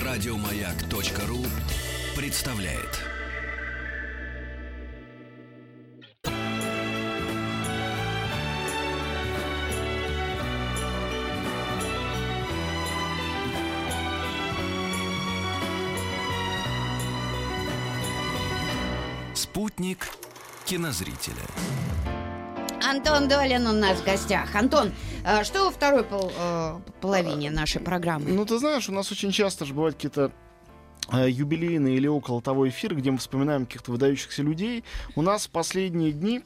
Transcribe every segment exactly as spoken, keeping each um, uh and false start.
Радиомаяк.ру представляет. Спутник кинозрителя. Антон Долин у нас в гостях. Антон, что во второй пол, э, половине нашей программы? Ну, ты знаешь, у нас очень часто же бывают какие-то э, юбилейные или около того эфиры, где мы вспоминаем каких-то выдающихся людей. У нас в последние дни,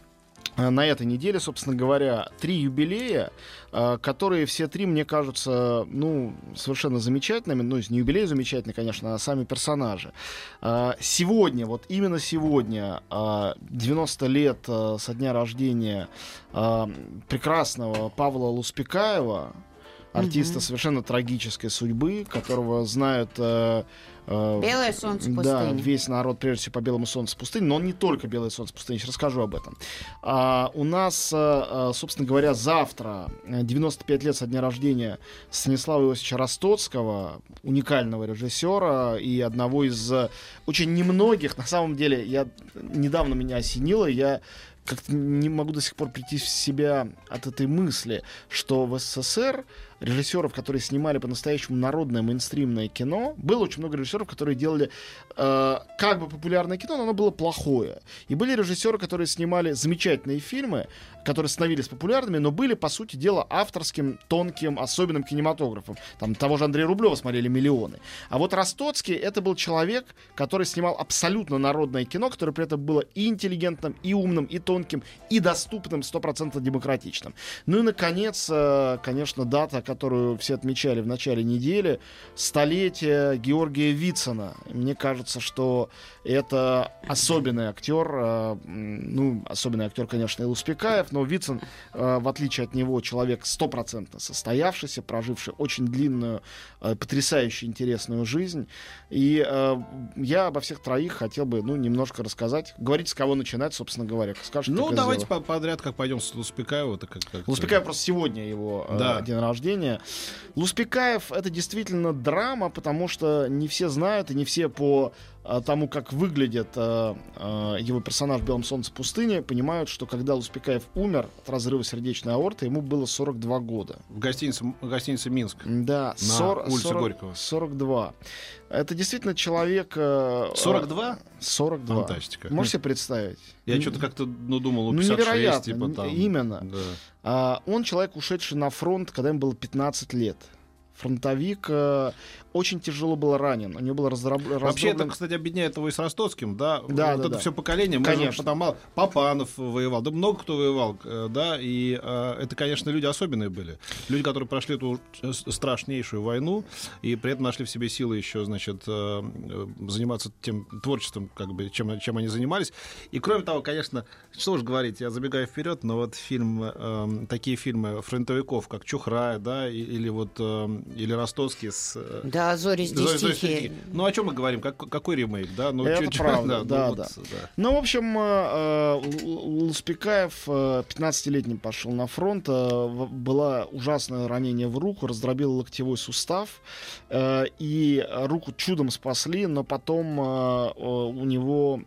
э, на этой неделе, собственно говоря, три юбилея, э, которые все три, мне кажутся, ну, совершенно замечательными. Ну, не юбилей замечательный, конечно, а сами персонажи. Э, сегодня, вот именно сегодня, э, девяносто лет э, со дня рождения э, прекрасного Павла Луспекаева, артиста mm-hmm. совершенно трагической судьбы, которого знают э, э, «Белое солнце пустыни». Да, весь народ, прежде всего, по «Белому солнцу пустыни», но он не только «Белое солнце пустыни», сейчас расскажу об этом. А, у нас, а, собственно говоря, завтра девяносто пять лет со дня рождения Станислава Иосифовича Ростоцкого, уникального режиссера и одного из очень немногих, на самом деле, я недавно меня осенило, я как-то не могу до сих пор прийти в себя от этой мысли, что в СССР режиссеров, которые снимали по-настоящему народное мейнстримное кино, было очень много режиссеров, которые делали э, как бы популярное кино, но оно было плохое. И были режиссеры, которые снимали замечательные фильмы, которые становились популярными, но были, по сути дела, авторским, тонким, особенным кинематографом. Там того же Андрея Рублева смотрели миллионы. А вот Ростоцкий — это был человек, который снимал абсолютно народное кино, которое при этом было и интеллигентным, и умным, и тонким, и доступным, сто процентов демократичным. Ну и, наконец, э, конечно, дата, которую все отмечали в начале недели, столетие Георгия Вицина. Мне кажется, что это особенный актер, э, ну, особенный актер, конечно, и Луспекаев, но Вицин, э, в отличие от него, человек стопроцентно состоявшийся, проживший очень длинную, э, потрясающе интересную жизнь. И э, я обо всех троих хотел бы, ну, немножко рассказать. Говорите, с кого начинать, собственно говоря. Скажете, ну, давайте по- подряд, как пойдем с Луспекаева. Как, как Луспекаев просто сегодня его да. э, день рождения. Луспекаев — это действительно драма, потому что не все знают и не все по э, тому, как выглядит э, э, его персонаж в «Белом солнце пустыни», понимают, что когда Луспекаев умер от разрыва сердечной аорты, ему было сорок два года. В гостинице, в гостинице «Минск». Да, на сорок, улице сорок, Горького. сорок два. Это действительно человек... Э, сорок два? сорок два. Фантастика. Можете себе представить? Я что-то как-то ну, думал, ну, пятьдесят шесть, невероятно, типа там. Именно. Да. А, он человек, ушедший на фронт, когда ему было пятнадцать лет. Фронтовик, э, очень тяжело был ранен. У него было раздроб... Вообще, раздроблен... это, кстати, объединяет его и с Ростоцким, да? Да, вот да, это да. все поколение. Мы конечно. же потом мало... Папанов воевал, да много кто воевал, да, и э, это, конечно, люди особенные были. Люди, которые прошли эту страшнейшую войну и при этом нашли в себе силы еще, значит, э, заниматься тем творчеством, как бы, чем, чем они занимались. И, кроме того, конечно, что уж говорить, я забегаю вперед, но вот фильм, э, такие фильмы фронтовиков, как «Чухрай», да, и, или вот э, или Ростоцкий с... Да, «Зори здесь тихие». Ну, о чем мы говорим? Как, какой ремейк, да? Ну, это чуть, правда, да, ну, да. Вот, да. Ну, в общем, Луспекаев пятнадцатилетним пошел на фронт. Было ужасное ранение в руку, раздробил локтевой сустав. И руку чудом спасли, но потом у него...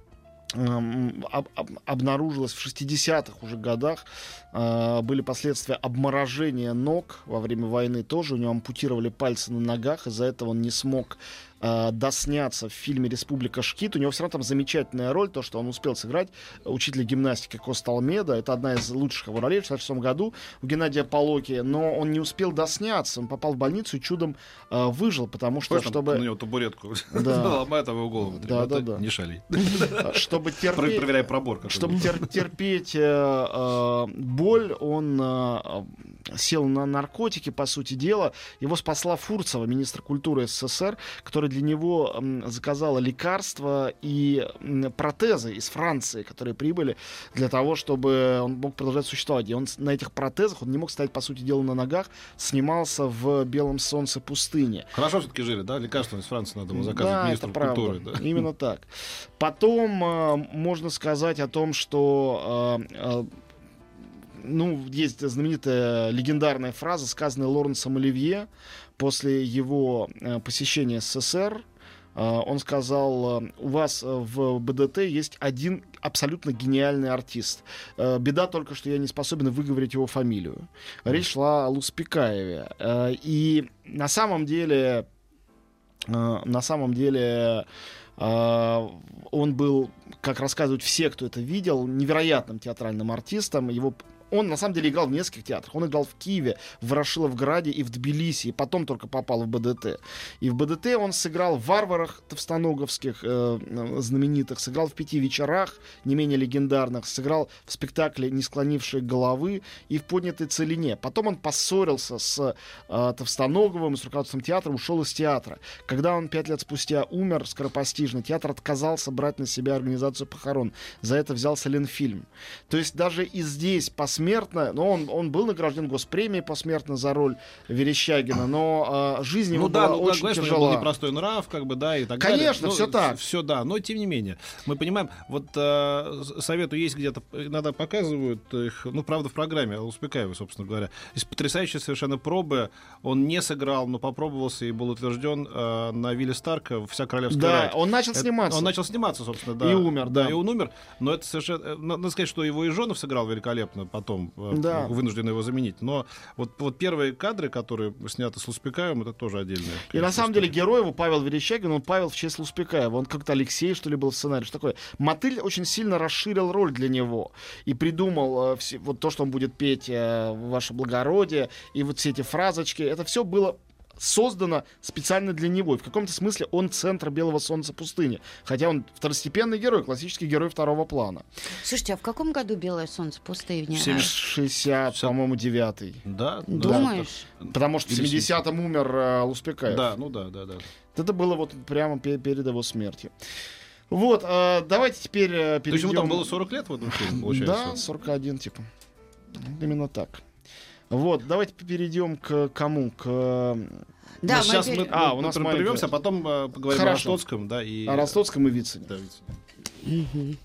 Об, об, обнаружилось в шестидесятых уже годах, э, были последствия обморожения ног во время войны тоже, у него ампутировали пальцы на ногах, из-за этого он не смог э, досняться в фильме «Республика Шкит». У него все равно там замечательная роль, то, что он успел сыграть учителя гимнастики Коста Алмеда, это одна из лучших его ролей в шестьдесят шестом году у Геннадия Полоки, но он не успел досняться, он попал в больницу и чудом э, выжил, потому что, Просто чтобы... на него табуретку да. ломает его голову. Да, да, да. Не шали. Чтобы терпеть, проверяй пробор, чтобы тер- терпеть э, э, боль, он э, сел на наркотики, по сути дела. Его спасла Фурцева, министр культуры СССР, которая для него э, заказала лекарства и э, протезы из Франции, которые прибыли для того, чтобы он мог продолжать существовать. И он на этих протезах, он не мог стоять, по сути дела, на ногах, снимался в «Белом солнце пустыни». Хорошо все-таки жили, да? Лекарства из Франции надо было заказывать да, министру культуры. Да? Именно так. Потом э, можно сказать о том, что э, э, ну, есть знаменитая легендарная фраза, сказанная Лоренсом Оливье после его э, посещения СССР. Uh, он сказал, uh, у вас uh, в БДТ есть один абсолютно гениальный артист. Uh, беда только, что я не способен выговорить его фамилию. Речь шла о Луспекаеве. Uh, и на самом деле, uh, на самом деле, uh, он был, как рассказывают все, кто это видел, невероятным театральным артистом. Его Он, на самом деле, играл в нескольких театрах. Он играл в Киеве, в Ворошиловграде и в Тбилиси. И потом только попал в БДТ. И в БДТ он сыграл в «Варварах» товстоноговских, э, знаменитых. Сыграл в «Пяти вечерах», не менее легендарных. Сыграл в спектакле «Не склонившие головы» и в «Поднятой целине». Потом он поссорился с э, Товстоноговым, с руководством театра, ушел из театра. Когда он пять лет спустя умер скоропостижно, театр отказался брать на себя организацию похорон. За это взялся Ленфильм. То есть даже и здесь, по посмертно, но он, он был награжден госпремией посмертно за роль Верещагина, но э, жизнь его ну, была да, ну, очень конечно, тяжела. У него был непростой нрав, как бы, да, и так Конечно, далее. Конечно, все так. Все, да, но тем не менее. Мы понимаем, вот э, совету есть где-то, иногда показывают их, ну, правда, в программе Луспекаева, собственно говоря. Есть потрясающие совершенно пробы. Он не сыграл, но попробовался и был утвержден э, на Вилли Старка «Вся королевская Да, рать». он начал это, сниматься. Он начал сниматься, собственно, да. И умер, да. Да, и он умер. Но это совершенно... Надо сказать, что его и Жонов сыграл великолепно потом. Да. Вынуждены его заменить. Но вот, вот первые кадры, которые сняты с Луспекаевым, это тоже отдельное. И на самом деле герой его Павел Верещагин, он Павел в честь Луспекаева. Он как-то Алексей, что ли, был в сценарии. Что такое? Мотыль очень сильно расширил роль для него. И придумал э, все, вот то, что он будет петь э, «Ваше благородие», и вот все эти фразочки. Это все было создано специально для него. И в каком-то смысле он центр «Белого солнца пустыни». Хотя он второстепенный герой, классический герой второго плана. Слушайте, а в каком году «Белое солнце пустыни»? шестьдесят, по-моему, девятый. Да? Думаешь? Да. Потому что в семидесятом умер э, Луспекаев. Да, ну да, да, да. Это было вот прямо пе- перед его смертью. Вот, э, давайте теперь э, перейдем... То есть ему там было сорок лет в этом фильме, получается? Да, сорок один, типа. Именно так. Вот, давайте перейдем к кому? К... Да, ну, мы сейчас пере... мы, А, мы у нас прервемся, а потом э, поговорим Хорошо. о Ростоцком, да, и... О Ростоцком и Вицине. Да, Вицине.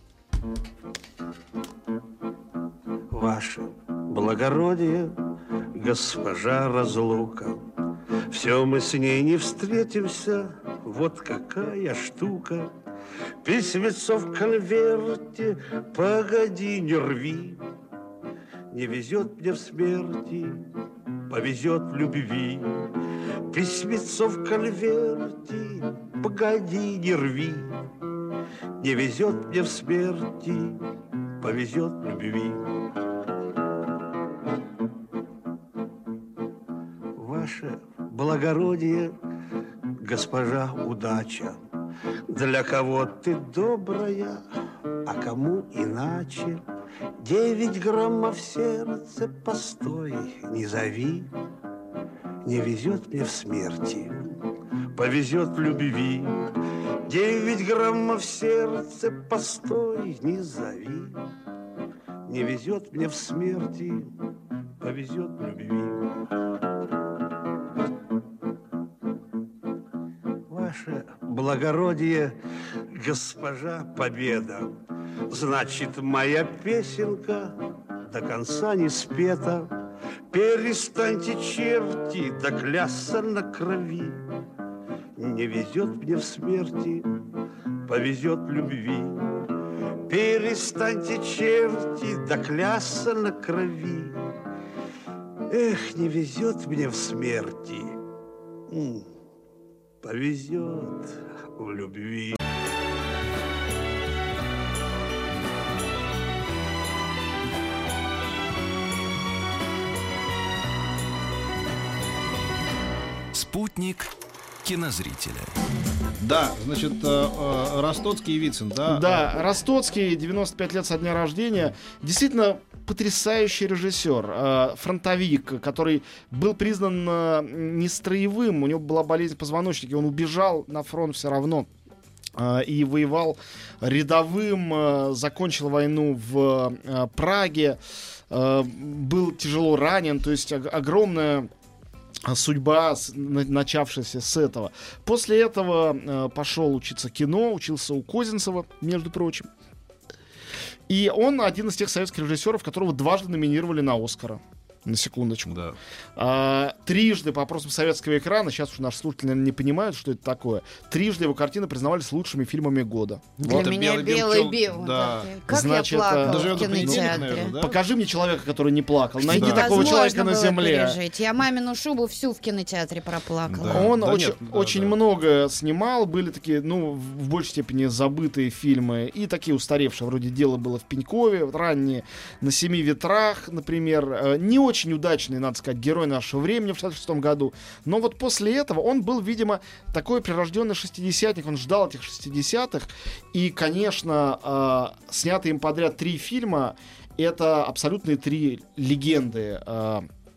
Ваше благородие, госпожа разлука, все мы с ней не встретимся, вот какая штука. Письмецо в конверте, погоди, не рви. Не везет мне в смерти, повезет в любви. Письмецо в конверте, погоди, не рви. Не везет мне в смерти, повезет в любви. Ваше благородие, госпожа удача, для кого ты добрая, а кому иначе. Девять граммов сердце, постой, не зови. Не везет мне в смерти, повезет в любви. Девять граммов сердце, постой, не зови. Не везет мне в смерти, повезет в любви. Ваше благородие, госпожа Победа, значит, моя песенка до конца не спета. Перестаньте, черти, да клясться на крови. Не везет мне в смерти, повезет в любви. Перестаньте, черти, да клясться на крови. Эх, не везет мне в смерти, повезет в любви. Спутник кинозрителя. Да, значит, э, э, Ростоцкий и Вицин, да? Да, Ростоцкий, девяносто пять лет со дня рождения. Действительно потрясающий режиссер, э, фронтовик, который был признан э, нестроевым. У него была болезнь позвоночника, он убежал на фронт все равно. И воевал рядовым, э, закончил войну в э, Праге, э, был тяжело ранен, то есть ог- огромная судьба, начавшаяся с этого. После этого э, пошел учиться кино, учился у Козинцева, между прочим. И он один из тех советских режиссеров, которого дважды номинировали на Оскара. На секундочку. Да. А, трижды по опросам советского экрана, сейчас уж наши слушатели, наверное, не понимают, что это такое, трижды его картины признавались лучшими фильмами года. Для Вот. меня «Белый бим» белый чел- бим. да. Как Значит, я плакала даже в он до понедельника, кинотеатре. наверное, да? Покажи мне человека, который не плакал. Найди Да. такого Невозможно человека на было земле. пережить. Я мамину шубу всю в кинотеатре проплакала. Да. Он Да очень, нет, да, очень да. много снимал, были такие, ну, в большей степени забытые фильмы и такие устаревшие, вроде «Дело было в Пенькове», вот ранние «На семи ветрах», например, Э, не очень удачный, надо сказать, «Герой нашего времени» в шестьдесят шестом году, но вот после этого он был, видимо, такой прирожденный шестидесятник, он ждал этих шестидесятых, и, конечно, э, снятые им подряд три фильма, это абсолютные три легенды, э,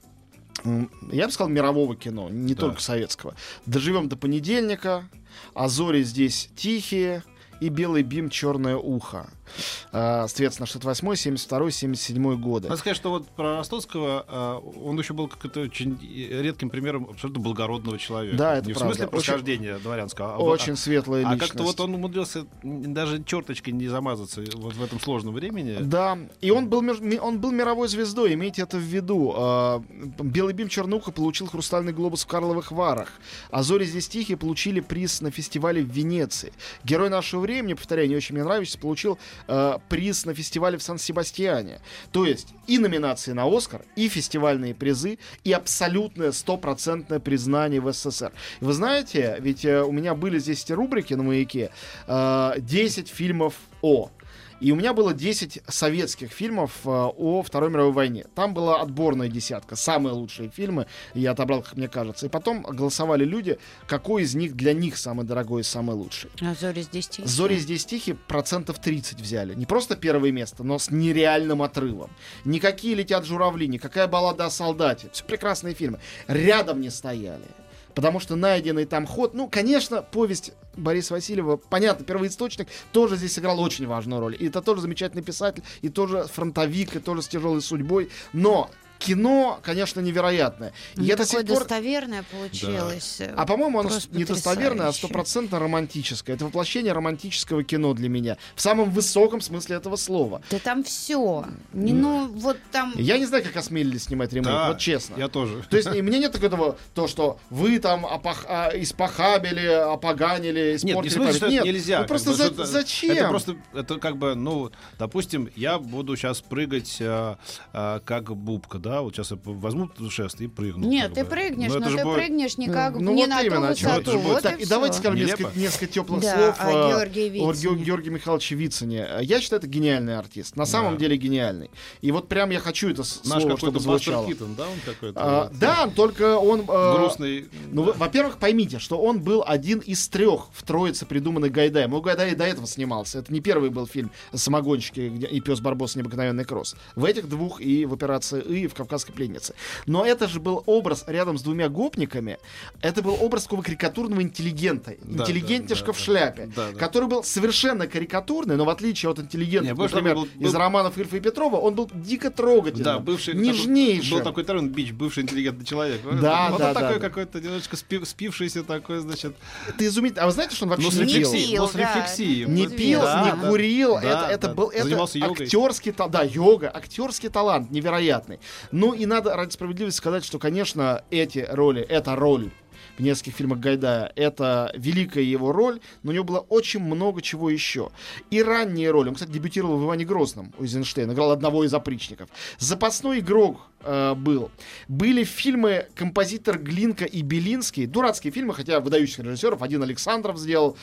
м, я бы сказал, мирового кино, не Да. только советского. «Доживем до понедельника», «А зори здесь тихие» и «Белый бим, черное ухо». А, соответственно, шестьдесят восьмой, семьдесят второй, семьдесят седьмой годы. Надо сказать, что вот про Ростоцкого а, он еще был каким-то очень редким примером абсолютно благородного человека. Да, это не в правда. смысле Очень- происхождения дворянского, а, Очень а, светлая а личность. как-то вот он умудрился даже черточкой не замазаться вот в этом сложном времени. Да, и он был, меж- ми- он был мировой звездой, имейте это в виду. А, «Белый бим, черное ухо» получил «Хрустальный глобус» в Карловых Варах. «А зори здесь тихие» получили приз на фестивале в Венеции. «Герой нашего времени», повторяю, не очень мне нравится, получил а, приз на фестивале в Сан-Себастьяне. То есть и номинации на Оскар, и фестивальные призы, и абсолютное стопроцентное признание в СССР. И вы знаете, ведь э, у меня были здесь эти рубрики на «Маяке», э, десять фильмов о... И у меня было десять советских фильмов э, о Второй мировой войне. Там была отборная десятка, самые лучшие фильмы, я отобрал, как мне кажется. И потом голосовали люди, какой из них для них самый дорогой и самый лучший. А зори здесь тихие. «Зори здесь тихие» процентов тридцать взяли. Не просто первое место, но с нереальным отрывом. Никакие «Летят журавли», никакая «Баллада о солдате». Все прекрасные фильмы. Рядом не стояли. Потому что найденный там ход... Ну, конечно, повесть Бориса Васильева, понятно, первоисточник тоже здесь сыграл очень важную роль. И это тоже замечательный писатель, и тоже фронтовик, и тоже с тяжелой судьбой. Но кино, конечно, невероятное. И Ну, я до такое сих пор... достоверное получилось. А по-моему, оно Просто не достоверное, а потрясающе. стопроцентно романтическое. Это воплощение романтического кино для меня. В самом высоком смысле этого слова. Да там все. Не, ну, вот там... Я не знаю, как осмелились снимать ремейк, Да, вот честно. Я тоже. То есть и мне нет такого, то, что вы там опах- а, испохабили, опоганили, Нет, не в испортили смысле, что память. это Нет, нельзя. ну как просто бы, за- что это- зачем? Это просто, это как бы, ну, допустим, я буду сейчас прыгать а, а, как бубка, да, вот сейчас я возьму шест и прыгну. Нет, как ты бы. прыгнешь, Но но, это же ты будет- прыгнешь никак Ну, не вот на именно, ту о чём высоту. это же будет. Вот Так, и и давайте всё. скажем Нелепо. несколько, несколько теплых Да, слов о э, Георгии о Вицине. Геор- Георгии Михайловиче Вицине. Я считаю, это гениальный артист. На самом Да. деле гениальный. И вот прям я хочу это с- Наш слово, какой-то чтобы Бастер звучало. Китон, да, он какой-то? А, вот, да, только он... э, грустный. Ну, вы- во-первых, поймите, что он был один из трех в троице придуманных Гайдаем. У Гайдая и до этого снимался. Это не первый был фильм «Самогонщики» где и «Пес Барбос. Необыкновенный кросс». В этих двух и в «Операции И», и в «Кавказской пленнице». Но это же был образ рядом с двумя гопниками. Это был образ такого карикатурного интеллигента. Да, Интеллигентишка да, в да, шляпе. да, да. Который был совершенно карикатурный, но в отличие от интеллигента, Не, больше например, был- был- из романов Ильфа и Петрова, он был дико трогательным. Да, бывший... нежнейшим. Был такой термин бич, бывший интеллигентный человек. Да, вот да, он да, такой да. какой-то немножечко спи- спившийся такой, значит... Это изумительно. А вы знаете, что он вообще Ну, с не пил? рефлексией. Ну, с пил, да. рефлексией. Не Вот, пил, да, не да. курил. Да, это, это да. был это Занимался йогой. актерский талант. Да, йога, актерский талант невероятный. Ну и надо ради справедливости сказать, что, конечно, эти роли, эта роль в нескольких фильмах Гайдая, это великая его роль, но у него было очень много чего еще. И ранние роли. Он, кстати, дебютировал в «Иване Грозном» у Эйзенштейна, играл одного из опричников. Запасной игрок э, был. Были фильмы композитор Глинка и Белинский, дурацкие фильмы, хотя выдающихся режиссеров. Один Александров сделал,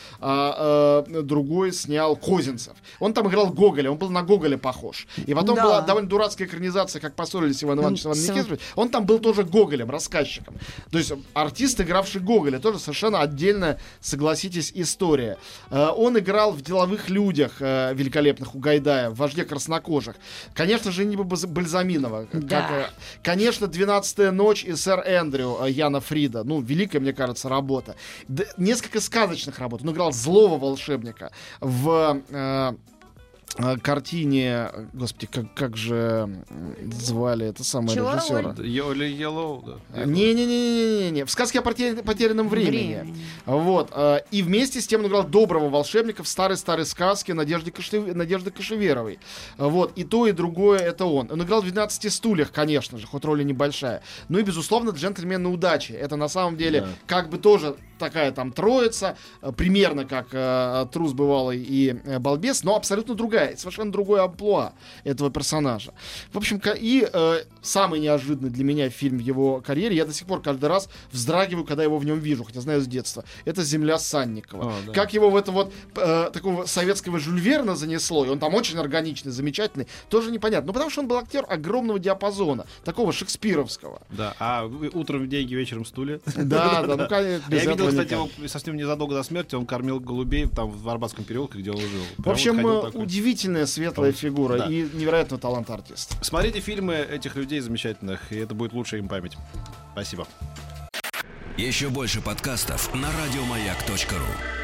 а, а, другой снял Козинцев. Он там играл Гоголя, он был на Гоголя похож. И потом Да. была довольно дурацкая экранизация, как поссорились Иван Иванович и Иван С- Никитич. Он там был тоже Гоголем, рассказчиком. То есть артист, игравший Гоголя, тоже совершенно отдельная, согласитесь, история. Э, Он играл в «Деловых людях» э, великолепных у Гайдая, в «Вожде краснокожих». Конечно же, Ниба Баз- Бальзаминова. как, Да. э, Конечно, «Двенадцатая ночь» и «Сэр Эндрю» э, Яна Фрида. Ну, великая, мне кажется, работа. Д- Несколько сказочных работ. Он играл злого волшебника в... э, картине, господи, как, как же звали это самое Чего, режиссера? Йоли Йеллоу, да. Не-не-не-не-не, в сказке о потер- потерянном времени. Времени. Вот. э, И вместе с тем он играл доброго волшебника в старой-старой сказке Надежды, Кашев- Надежды Кошеверовой. Вот. И то, и другое это он. Он играл в «двенадцати стульях», конечно же, хоть роль и небольшая. Ну и, безусловно, «Джентльмены удачи». Это на самом деле Да. как бы тоже такая там троица, э, примерно как э, Трус бывалый и э, Балбес, но абсолютно другая, совершенно другое амплуа этого персонажа. В общем, ка- и э, самый неожиданный для меня фильм в его карьере, я до сих пор каждый раз вздрагиваю, когда его в нем вижу, хотя знаю с детства, это «Земля Санникова». О, да. Как его в это вот э, такого советского Жюль Верна занесло, и он там очень органичный, замечательный, тоже непонятно. Ну, потому что он был актер огромного диапазона, такого шекспировского. Да, а вы утром деньги, вечером стулья. Да, да, ну, конечно, без Я видел, этого кстати, никак. его совсем незадолго до смерти, он кормил голубей там в Арбатском переулке, где он жил. В Прям общем, вот ходил э, такой. удивительная светлая фигура Да. и невероятный талант артиста. Смотрите фильмы этих людей замечательных, и это будет лучшая им память. Спасибо. Еще больше подкастов на радиомаяк точка ру.